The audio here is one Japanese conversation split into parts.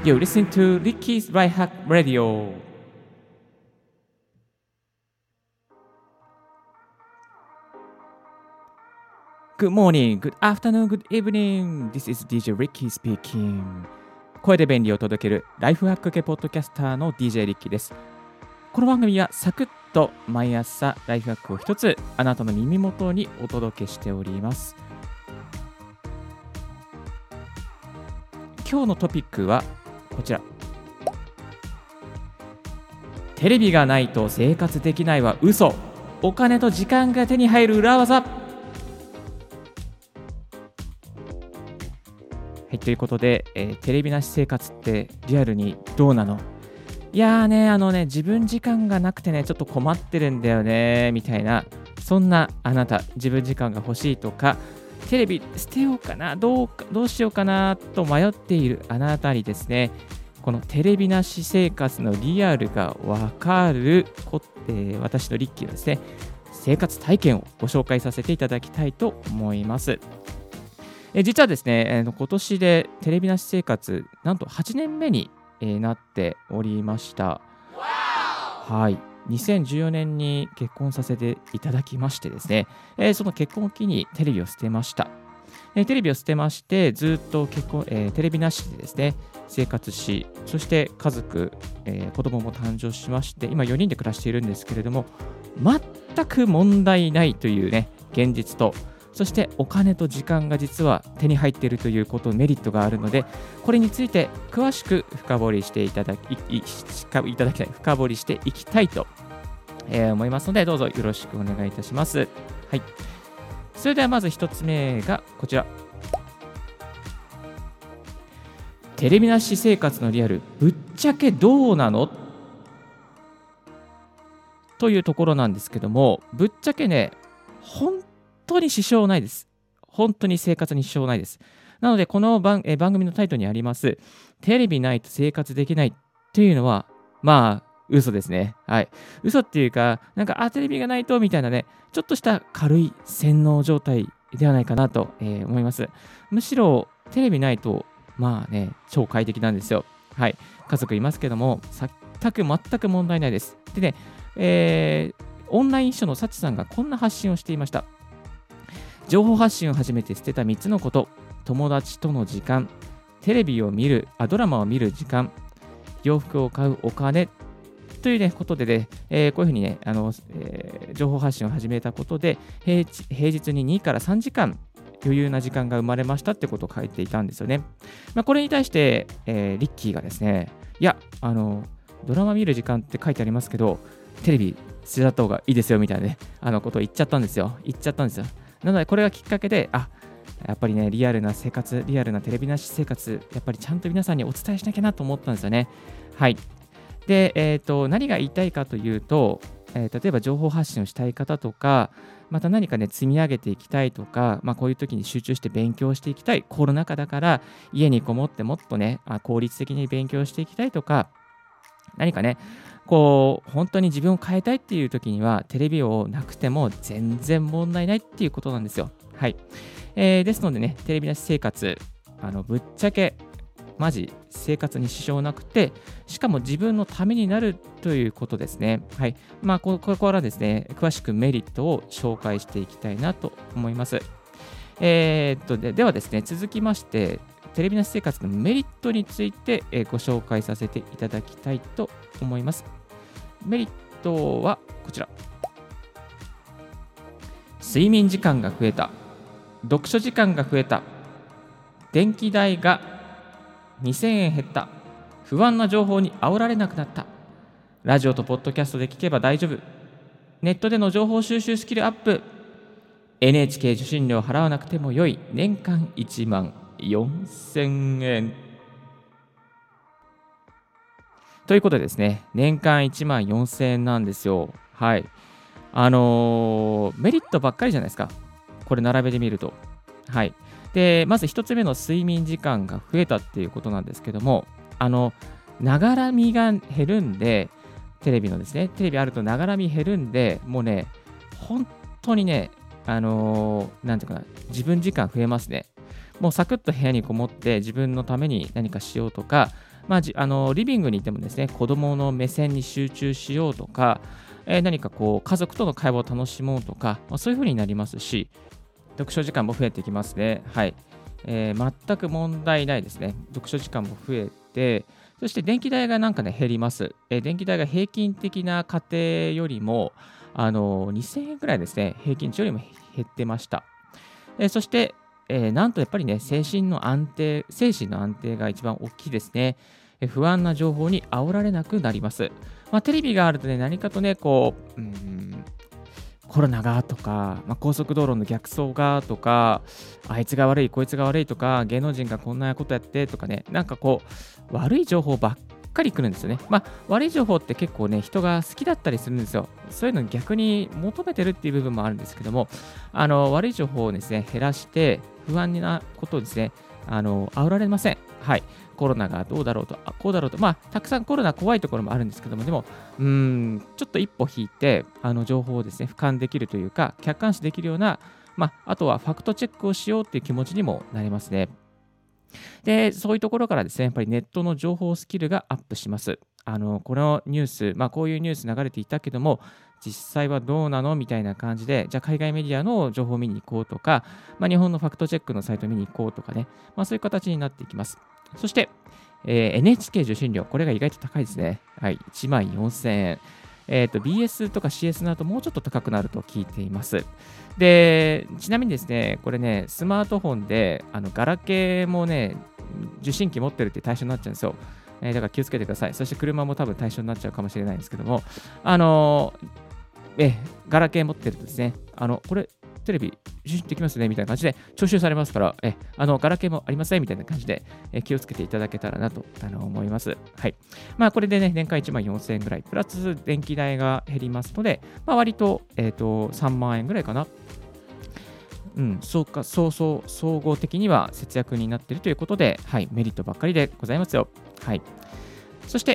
You listen to Ricky's Right Hack Radio. Good morning, good afternoon, good evening. This is DJ Ricky speaking. 声で便利を届けるライフハック系ポッドキャスターの DJ リッキーです。この番組はサクッと毎朝ライフハックを一つあなたの耳元にお届けしております。今日のトピックはこちら。テレビがないと生活できないは嘘。お金と時間が手に入る裏技。はい、ということで、テレビなし生活ってリアルにどうなの？いやーね、自分時間がなくてね、ちょっと困ってるんだよね、みたいな、そんなあなた、自分時間が欲しいとか、テレビ捨てようかな、どうしようかなと迷っているあなたにですね、このテレビなし生活のリアルがわかる、私のリッキーのですね、生活体験をご紹介させていただきたいと思います。実はですね、今年でテレビなし生活、なんと8年目になっておりました。はい。2014年に結婚させていただきましてですね、その結婚を機にテレビを捨てました。テレビを捨てまして、ずっとテレビなしでですね、生活し、そして家族、子供も誕生しまして、今4人で暮らしているんですけれども、全く問題ないというね、現実と、そしてお金と時間が実は手に入っているということメリットがあるので、これについて詳しく深掘りして深掘りしていきたいと、思いますので、どうぞよろしくお願いいたします。はい。それではまず一つ目がこちら。テレビなし生活のリアル、ぶっちゃけどうなの？というところなんですけども、ぶっちゃけね、本当に支障ないです。本当に生活に支障ないです。なので、この番組のタイトルにあります、テレビないと生活できないっていうのは、まあ、嘘ですね。はい。嘘っていうか、テレビがないとみたいなね、ちょっとした軽い洗脳状態ではないかなと、思います。むしろ、テレビないと、まあね、超快適なんですよ。はい。家族いますけども、全く問題ないです。でね、オンライン秘書のサチさんがこんな発信をしていました。情報発信を始めて捨てた3つのこと、友達との時間、ドラマを見る時間、洋服を買うお金という、ね、ことでね、こういうふうにね、情報発信を始めたことで、平日に2から3時間余裕な時間が生まれましたってことを書いていたんですよね。これに対して、リッキーがですね、いや、ドラマ見る時間って書いてありますけど、テレビ捨てた方がいいですよみたいなね、ことを言っちゃったんですよ。なので、これがきっかけで、やっぱりね、リアルなテレビなし生活、やっぱりちゃんと皆さんにお伝えしなきゃなと思ったんですよね。はい。で、何が言いたいかというと、例えば情報発信をしたい方とか、また何かね、積み上げていきたいとか、こういう時に集中して勉強していきたい。コロナ禍だから、家にこもってもっとね、効率的に勉強していきたいとか、何かね、本当に自分を変えたいっていう時には、テレビをなくても全然問題ないっていうことなんですよ。はい。ですのでね、テレビなし生活、ぶっちゃけ、マジ生活に支障なくて、しかも自分のためになるということですね。はい。ここからですね、詳しくメリットを紹介していきたいなと思います。ではですね、続きまして、テレビなし生活のメリットについて、ご紹介させていただきたいと思います。メリットはこちら。睡眠時間が増えた。読書時間が増えた。電気代が2000円減った。不安な情報に煽られなくなった。ラジオとポッドキャストで聞けば大丈夫。ネットでの情報収集スキルアップ。NHK 受信料払わなくてもよい。年間1万4000円。ということでですね、年間1万4000円なんですよ。はい。メリットばっかりじゃないですか。これ並べてみると。はい。で、まず一つ目の睡眠時間が増えたっていうことなんですけども、ながらみが減るんで、テレビあるとながらみ減るんで、もうね、本当にね、なんていうかな、自分時間増えますね。もうサクッと部屋にこもって自分のために何かしようとか、 リビングにいてもですね、子供の目線に集中しようとか、何かこう家族との会話を楽しもうとか、そういう風になりますし、読書時間も増えてきますね。はい。全く問題ないですね。読書時間も増えて、そして電気代がなんかね、減ります。電気代が平均的な家庭よりも、2000円くらいですね、平均値よりも減ってました。そして、なんとやっぱりね、精神の安定が一番大きいですね。不安な情報に煽られなくなります。テレビがあるとね、何かとね、コロナがとか、高速道路の逆走がとか、あいつが悪い、こいつが悪いとか、芸能人がこんなことやってとかね、なんかこう、悪い情報ばっかり来るんですよね。悪い情報って結構ね、人が好きだったりするんですよ。そういうのに逆に求めてるっていう部分もあるんですけども、悪い情報をですね、減らして、不安なことをですね、煽られません。はい。コロナがどうだろうと、こうだろうと、たくさんコロナ怖いところもあるんですけども、でも、ちょっと一歩引いて、情報をですね、俯瞰できるというか、客観視できるような、あとはファクトチェックをしようっていう気持ちにもなりますね。で、そういうところからですね、やっぱりネットの情報スキルがアップします。このニュース、こういうニュース流れていたけども、実際はどうなのみたいな感じで、じゃあ海外メディアの情報を見に行こうとか、日本のファクトチェックのサイトを見に行こうとかね、そういう形になっていきます。そして、NHK 受信料、これが意外と高いですね。はい、1万4000円。BS とか CS の後もうちょっと高くなると聞いています。で、ちなみにですね、これね、スマートフォンで、ガラケーもね、受信機持ってるって対象になっちゃうんですよ。だから気をつけてください。そして車も多分対象になっちゃうかもしれないんですけども、ガラケー持ってるとですね、これ、テレビ受信できますねみたいな感じで徴収されますから、ガラケーもありませんみたいな感じで、気をつけていただけたらなと思います。はい。これでね、年間1万4000円ぐらい、プラス電気代が減りますので、割と、3万円ぐらいかな。総合的には節約になっているということで、はい、メリットばっかりでございますよ。はい。そして、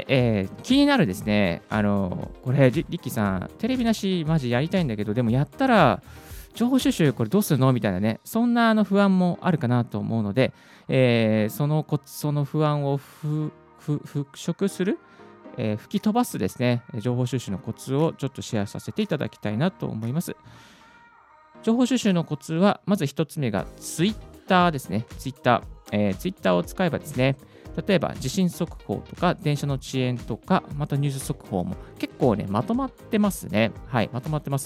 気になるですね、これ、リッキーさん、テレビなし、マジやりたいんだけど、でもやったら、情報収集、これどうするのみたいなね、そんな不安もあるかなと思うので、その不安を払拭する、吹き飛ばすですね、情報収集のコツをちょっとシェアさせていただきたいなと思います。情報収集のコツは、まず1つ目が Twitter ですね。Twitter を使えばですね、例えば地震速報とか電車の遅延とか、またニュース速報も結構ね、まとまってますね。はい、まとまってます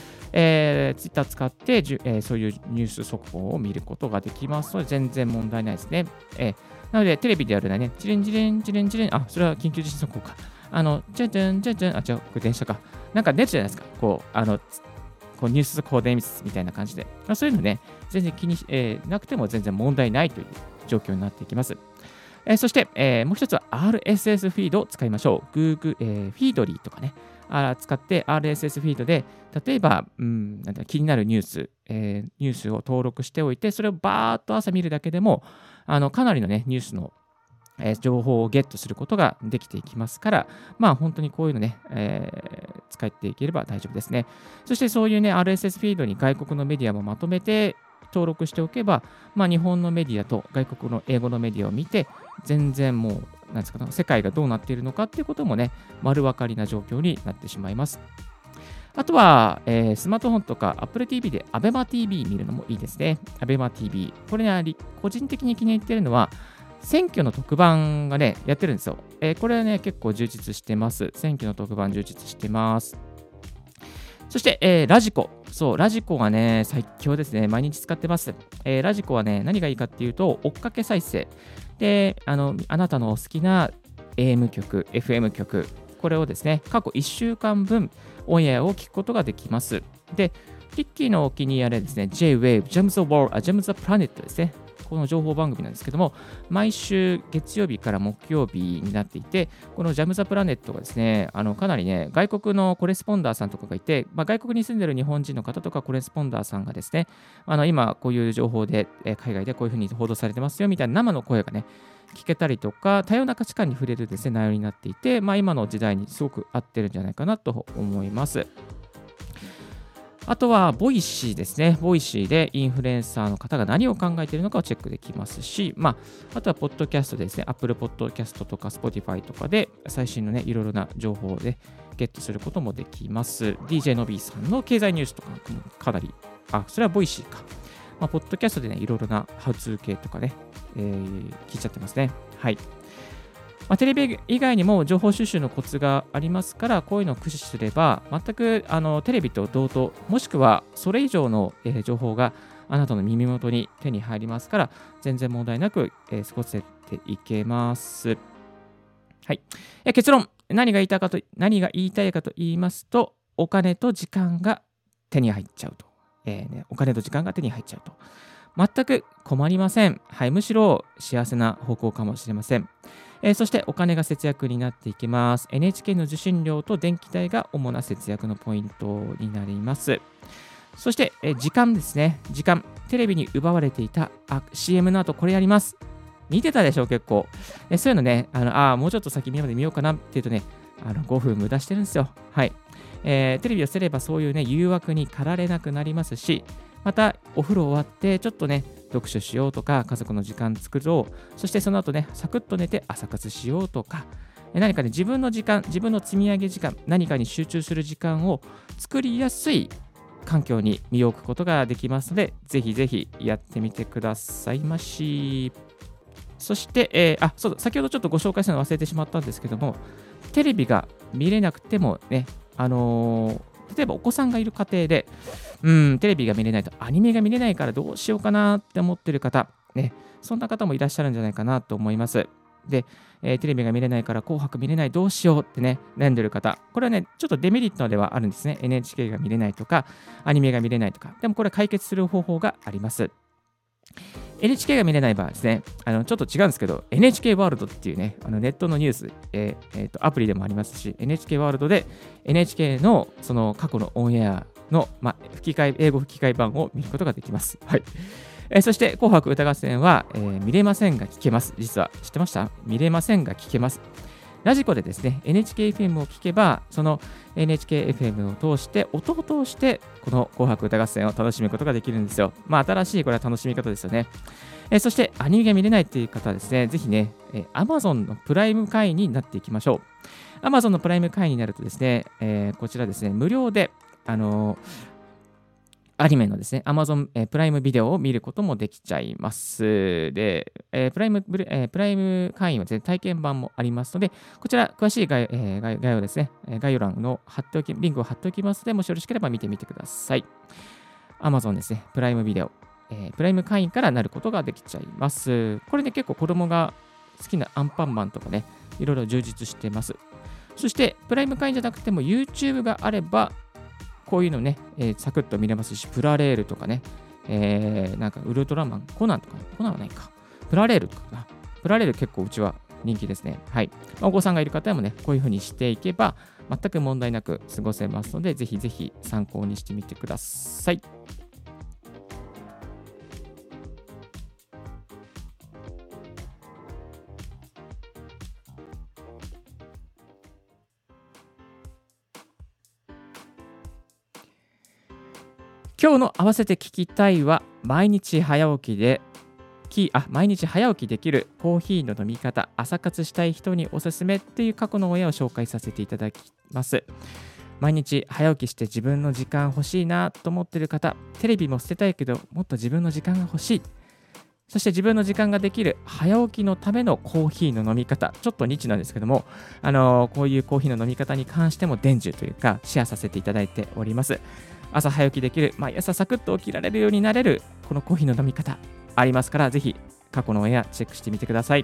。Twitter 使って、そういうニュース速報を見ることができますので、全然問題ないですね。なので、テレビでやるね、チレンチレンチレンチレン、それは緊急地震速報か。じゃじゃんじゃじゃん、違う、これ電車か。なんか出るじゃないですか。こうニュース速報でみたいな感じで。そういうのね、全然気になくても全然問題ないという状況になっていきます。そして、もう一つは RSS フィードを使いましょう。Google、フィードリーとかね、使って RSS フィードで、例えば、気になるニュース、ニュースを登録しておいて、それをバーっと朝見るだけでも、かなりのね、ニュースの情報をゲットすることができていきますから、本当にこういうのね、使っていければ大丈夫ですね。そしてそういうね、RSS フィードに外国のメディアもまとめて登録しておけば、日本のメディアと外国の英語のメディアを見て、全然もう、なんですかね、世界がどうなっているのかっていうこともね、丸分かりな状況になってしまいます。あとは、スマートフォンとか Apple TV で ABEMATV 見るのもいいですね。ABEMATV。これね、個人的に気に入っているのは、選挙の特番がね、やってるんですよ。これはね、結構充実してます。選挙の特番充実してます。そして、ラジコ。そう、ラジコがね、最強ですね。毎日使ってます。ラジコはね、何がいいかっていうと、追っかけ再生。で、あなたのお好きな AM 局、FM 局、これをですね、過去1週間分、オンエアを聞くことができます。で、リッキーのお気に入りあれですね、J-Wave、Gems the World、Gems the Planet ですね。この情報番組なんですけども、毎週月曜日から木曜日になっていて、このジャム・ザ・プラネットがですね、かなりね、外国のコレスポンダーさんとかがいて、外国に住んでる日本人の方とかコレスポンダーさんがですね、今こういう情報で、海外でこういうふうに報道されてますよみたいな生の声がね、聞けたりとか、多様な価値観に触れるですね、内容になっていて、今の時代にすごく合ってるんじゃないかなと思います。 あとは、ボイシーですね。ボイシーでインフルエンサーの方が何を考えているのかをチェックできますし、あとは、ポッドキャストですね。Apple Podcast とか Spotify とかで最新のね、いろいろな情報でゲットすることもできます。DJ のびさんの経済ニュースとかもかなり、それはボイシーか。ポッドキャストでね、いろいろなハウツー系とかね、聞いちゃってますね。はい。テレビ以外にも情報収集のコツがありますから、こういうのを駆使すれば、全くテレビと同等、もしくはそれ以上の、情報があなたの耳元に手に入りますから、全然問題なく、過ごせていけます。はい。結論、何が言いたいかと言いますと、お金と時間が手に入っちゃうと。お金と時間が手に入っちゃうと。全く困りません。はい、むしろ幸せな方向かもしれません。そしてお金が節約になっていきます。NHK の受信料と電気代が主な節約のポイントになります。そして、時間ですね。時間。テレビに奪われていたCM の後これやります。見てたでしょ、結構。そういうのね、もうちょっと先まで見ようかなっていうとね、5分無駄してるんですよ。はい。テレビをすればそういうね、誘惑に駆られなくなりますし、またお風呂終わってちょっとね、読書しようとか、家族の時間作ろう、そしてその後ね、サクッと寝て朝活しようとか、何かね、自分の時間、自分の積み上げ時間、何かに集中する時間を作りやすい環境に身を置くことができますので、ぜひぜひやってみてくださいまし。そして、そうだ、先ほどちょっとご紹介したの忘れてしまったんですけども、テレビが見れなくてもね、例えばお子さんがいる家庭で、テレビが見れないと、アニメが見れないからどうしようかなって思ってる方、ね、そんな方もいらっしゃるんじゃないかなと思います。で、テレビが見れないから紅白見れないどうしようってね、悩んでる方、これはね、ちょっとデメリットではあるんですね。NHK が見れないとか、アニメが見れないとか、でもこれ解決する方法があります。NHK が見れない場合はですね、ちょっと違うんですけど、NHK ワールドっていうね、ネットのニュース、アプリでもありますし、NHK ワールドで NHK のその過去のオンエアの、英語吹き替え版を見ることができます。はい。そして、紅白歌合戦は、見れませんが聞けます。実は、知ってました？見れませんが聞けます。ラジコでですね、NHKFM を聞けば、その NHKFM を通して、音を通して、この紅白歌合戦を楽しむことができるんですよ。新しいこれは楽しみ方ですよね。そして、アニメが見れないという方はですね、ぜひね、Amazon のプライム会員になっていきましょう。Amazon のプライム会員になるとですね、こちらですね、無料で、アニメのですね、Amazon プライムビデオを見ることもできちゃいます。で、プライム会員はですね、体験版もありますので、こちら、詳しい概要ですね、概要欄のリンクを貼っておきますので、もしよろしければ見てみてください。Amazon ですね、プライムビデオ、プライム会員からなることができちゃいます。これね、結構子供が好きなアンパンマンとかね、いろいろ充実してます。そして、プライム会員じゃなくても YouTube があれば、こういうのね、サクッと見れますし、プラレールとかね、なんかウルトラマン、コナンとか、コナンはないか。プラレールとかな。プラレール結構うちは人気ですね。はい。お子さんがいる方もね、こういう風にしていけば、全く問題なく過ごせますので、ぜひぜひ参考にしてみてください。今日の合わせて聞きたいは、毎日早起きできるコーヒーの飲み方、朝活したい人におすすめっていう過去の親を紹介させていただきます。毎日早起きして自分の時間欲しいなと思っている方、テレビも捨てたいけど、もっと自分の時間が欲しい。そして自分の時間ができる早起きのためのコーヒーの飲み方、ちょっとニッチなんですけども、こういうコーヒーの飲み方に関しても伝授というか、シェアさせていただいております。朝早起きできる、毎朝サクッと起きられるようになれる、このコーヒーの飲み方ありますから、ぜひ過去のオンエアチェックしてみてください。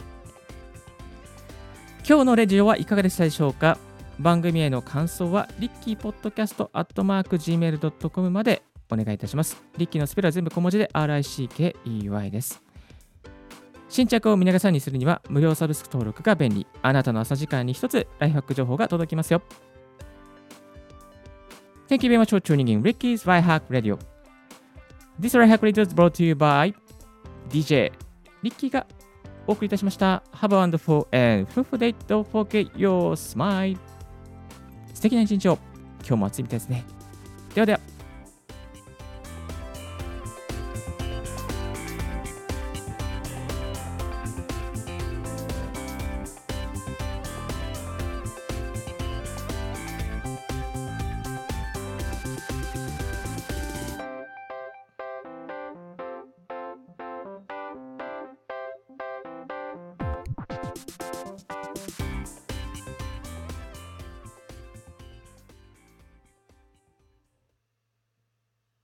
今日のレジオはいかがでしたでしょうか？番組への感想は、rickeypodcast@gmail.com までお願いいたします。リッキーのスペルは全部小文字で RICKEY です。新着を見逃さにするには、無料サブスク登録が便利。あなたの朝時間に一つライフハック情報が届きますよ。Thank you very much for tuning in Ricky's Life Hack Radio. This Life Hack Radio is brought to you by DJ リッキーがお送りいたしました。Have a wonderful and fruitful day. Don't forget your smile. 素敵な一日を。今日も暑いみたいですね。ではでは。